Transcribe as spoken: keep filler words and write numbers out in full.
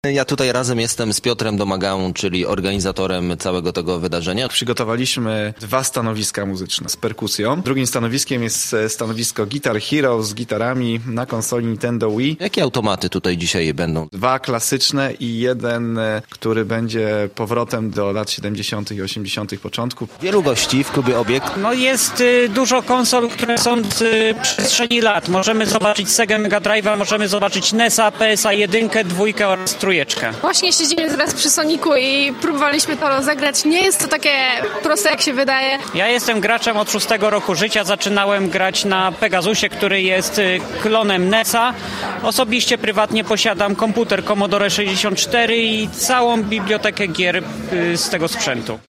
Ja tutaj razem jestem z Piotrem Domagałą, czyli organizatorem całego tego wydarzenia. Przygotowaliśmy dwa stanowiska muzyczne z perkusją. Drugim stanowiskiem jest stanowisko Guitar Hero z gitarami na konsoli Nintendo Wii. Jakie automaty tutaj dzisiaj będą? Dwa klasyczne i jeden, który będzie powrotem do lat siedemdziesiątych i osiemdziesiątych początku. Wielu gości w klubie Obiekt. No jest y, dużo konsol, które są z y, przestrzeni lat. Możemy zobaczyć Sega Mega Drive'a, możemy zobaczyć N E S-a, P S A jeden, dwójkę oraz trójeczkę. Właśnie siedzimy teraz przy Sonicu i próbowaliśmy to rozegrać. Nie jest to takie proste, jak się wydaje. Ja jestem graczem od szóstego roku życia. Zaczynałem grać na Pegasusie, który jest y, klonem N E S-a. Osobiście, prywatnie posiadam komputer Commodore sześćdziesiąt cztery i całą bibliotekę gier y, z tego sprzętu.